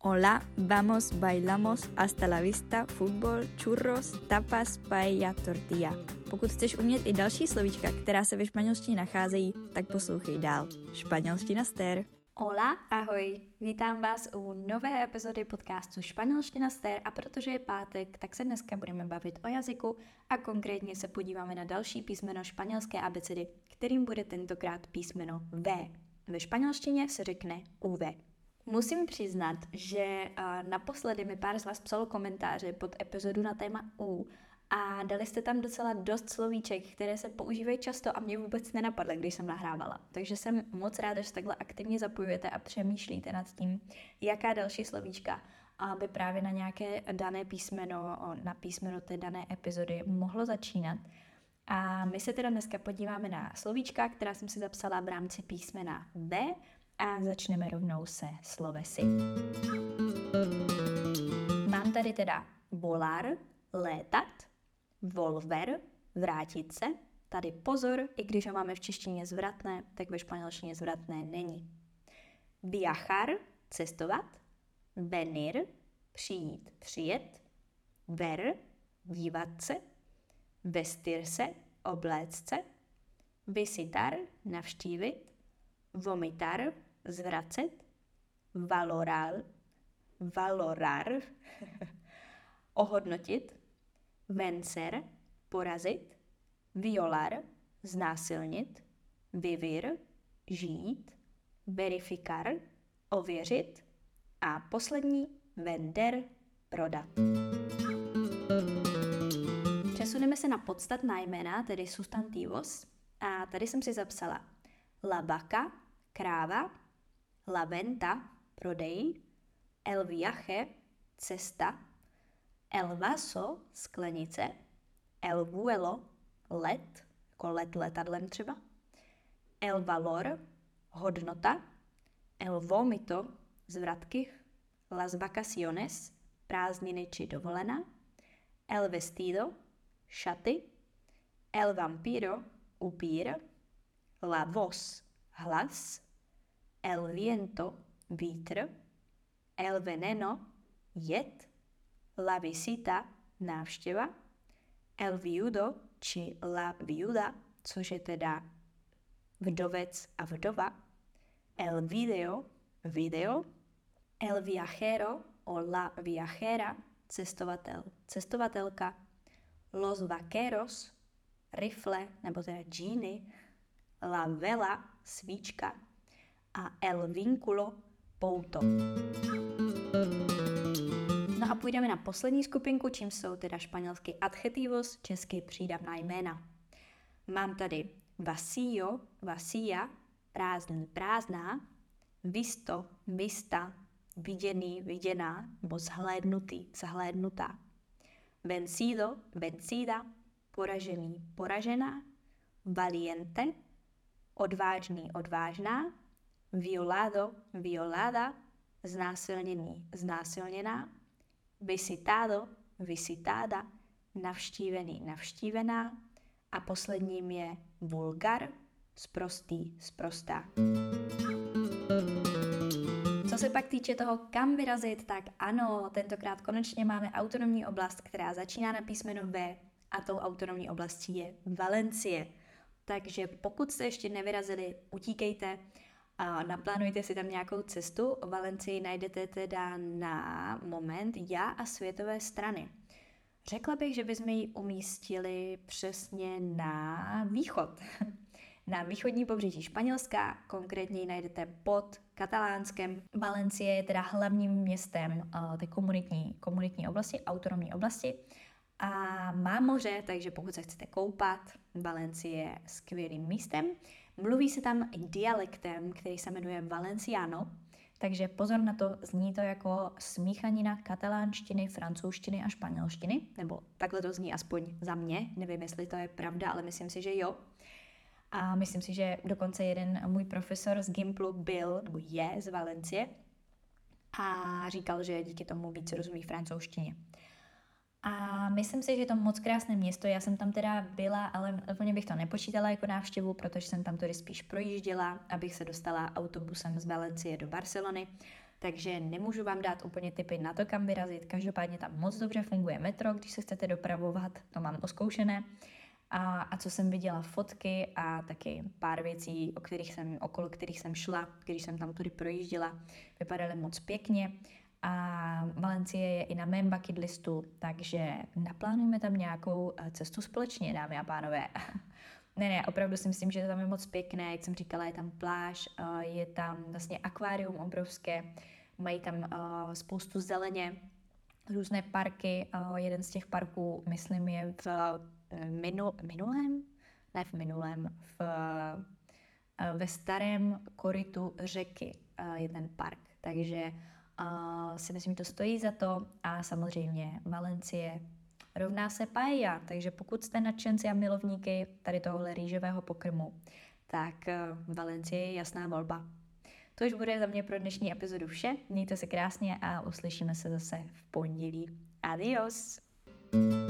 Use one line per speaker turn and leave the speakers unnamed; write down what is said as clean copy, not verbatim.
Hola, vamos, bailamos, hasta la vista, fútbol, churros, tapas, paella, tortilla. Pokud chceš umět i další slovíčka, která se ve španělštině nacházejí, tak poslouchej dál. Španělština stér.
Hola, ahoj, vítám vás u nové epizody podcastu Španělština stér a protože je pátek, tak se dneska budeme bavit o jazyku a konkrétně se podíváme na další písmeno španělské abecedy, kterým bude tentokrát písmeno V. Ve španělštině se řekne UV. Musím přiznat, že naposledy mi pár z vás psalo komentáře pod epizodu na téma U a dali jste tam docela dost slovíček, které se používají často a mě vůbec nenapadly, když jsem nahrávala. Takže jsem moc ráda, že se takhle aktivně zapojujete a přemýšlíte nad tím, jaká další slovíčka by právě na nějaké dané písmeno, na písmeno té dané epizody mohlo začínat. A my se teda dneska podíváme na slovíčka, která jsem si zapsala v rámci písmena V a začneme rovnou se slovesy. Mám tady teda volar, létat, volver, vrátit se. Tady pozor, i když ho máme v češtině zvratné, tak ve španělštině zvratné není. Viajar, cestovat, venir, přijít, přijet, ver, dívat se, vestir se, obléct se, visitar, navštívit, vomitar, zvracet, valorar, ohodnotit, vencer, porazit, violar, znásilnit, vivir, žít, verificar, ověřit a poslední vender, prodat. Přesuneme se na podstatná jména, tedy sustantivos, a tady jsem si zapsala la vaca, kráva, la venta, prodej, el viaje, cesta, el vaso, sklenice, el vuelo, let, jako let letadlem třeba, el valor, hodnota, el vomito, zvratky, las vacaciones, prázdniny či dovolená, el vestido, šaty, el vampiro, upír, la voz, hlas, el viento, vítr, el veneno, jed, la visita, návštěva, el viudo či la viuda, což je teda vdovec a vdova, el video, el viajero o la viajera, cestovatel, cestovatelka, los vaqueros, rifle nebo teda džíny, la vela, svíčka a el vínculo, pouto. No a půjdeme na poslední skupinku, čím jsou teda španělský adjetivos, česky přídavná jména. Mám tady vacío, vacía, prázdný, prázdná, visto, vista, viděný, viděná, nebo zhlédnutý, zhlédnutá. Vencido, vencida, poražený, poražená, valiente, odvážný, odvážná, violado, violada, znásilněný, znásilněná, visitado, visitada, navštívený, navštívená a posledním je vulgar, sprostý, sprostá. Co se pak týče toho, kam vyrazit, tak ano, tentokrát konečně máme autonomní oblast, která začíná na písmeno V a tou autonomní oblastí je Valencie. Takže pokud jste ještě nevyrazili, utíkejte a naplánujte si tam nějakou cestu. Valencii najdete teda na moment Já a světové strany. Řekla bych, že bychom ji umístili přesně na východ. Na východní pobřeží Španělska, konkrétně ji najdete pod Katalánskem. Valencie je teda hlavním městem té komunitní oblasti, autonomní oblasti. A má moře, takže pokud se chcete koupat, Valencie je skvělým místem. Mluví se tam i dialektem, který se jmenuje valenciano, takže pozor na to, zní to jako smíchanina katalánštiny, francouzštiny a španělštiny, nebo takhle to zní aspoň za mě, nevím, jestli to je pravda, ale myslím si, že jo. A myslím si, že dokonce jeden můj profesor z Gimplu byl, nebo je z Valencie a říkal, že díky tomu víc rozumí francouzštině. A myslím si, že je to moc krásné město, já jsem tam teda byla, ale úplně bych to nepočítala jako návštěvu, protože jsem tam tady spíš projížděla, abych se dostala autobusem z Valencie do Barcelony. takže nemůžu vám dát úplně tipy na to, kam vyrazit. Každopádně tam moc dobře funguje metro, když se chcete dopravovat, to mám oskoušené. A co jsem viděla fotky a taky pár věcí, okolo kterých jsem šla, když jsem tam tudy projížděla, vypadaly moc pěkně. A Valencie je i na mém bucket listu, takže naplánujeme tam nějakou cestu společně, dámy a pánové. Ne, opravdu si myslím, že tam je moc pěkné, jak jsem říkala, je tam pláž, je tam vlastně akvárium obrovské, mají tam spoustu zeleně, různé parky, jeden z těch parků, myslím, je ve starém korytu řeky je ten park, takže si myslím, že to stojí za to a samozřejmě Valencie rovná se paella, takže pokud jste nadšenci a milovníky tady tohohle rýžového pokrmu, tak Valencie je jasná volba. To už bude za mě pro dnešní epizodu vše, mějte se krásně a uslyšíme se zase v pondělí. Adios!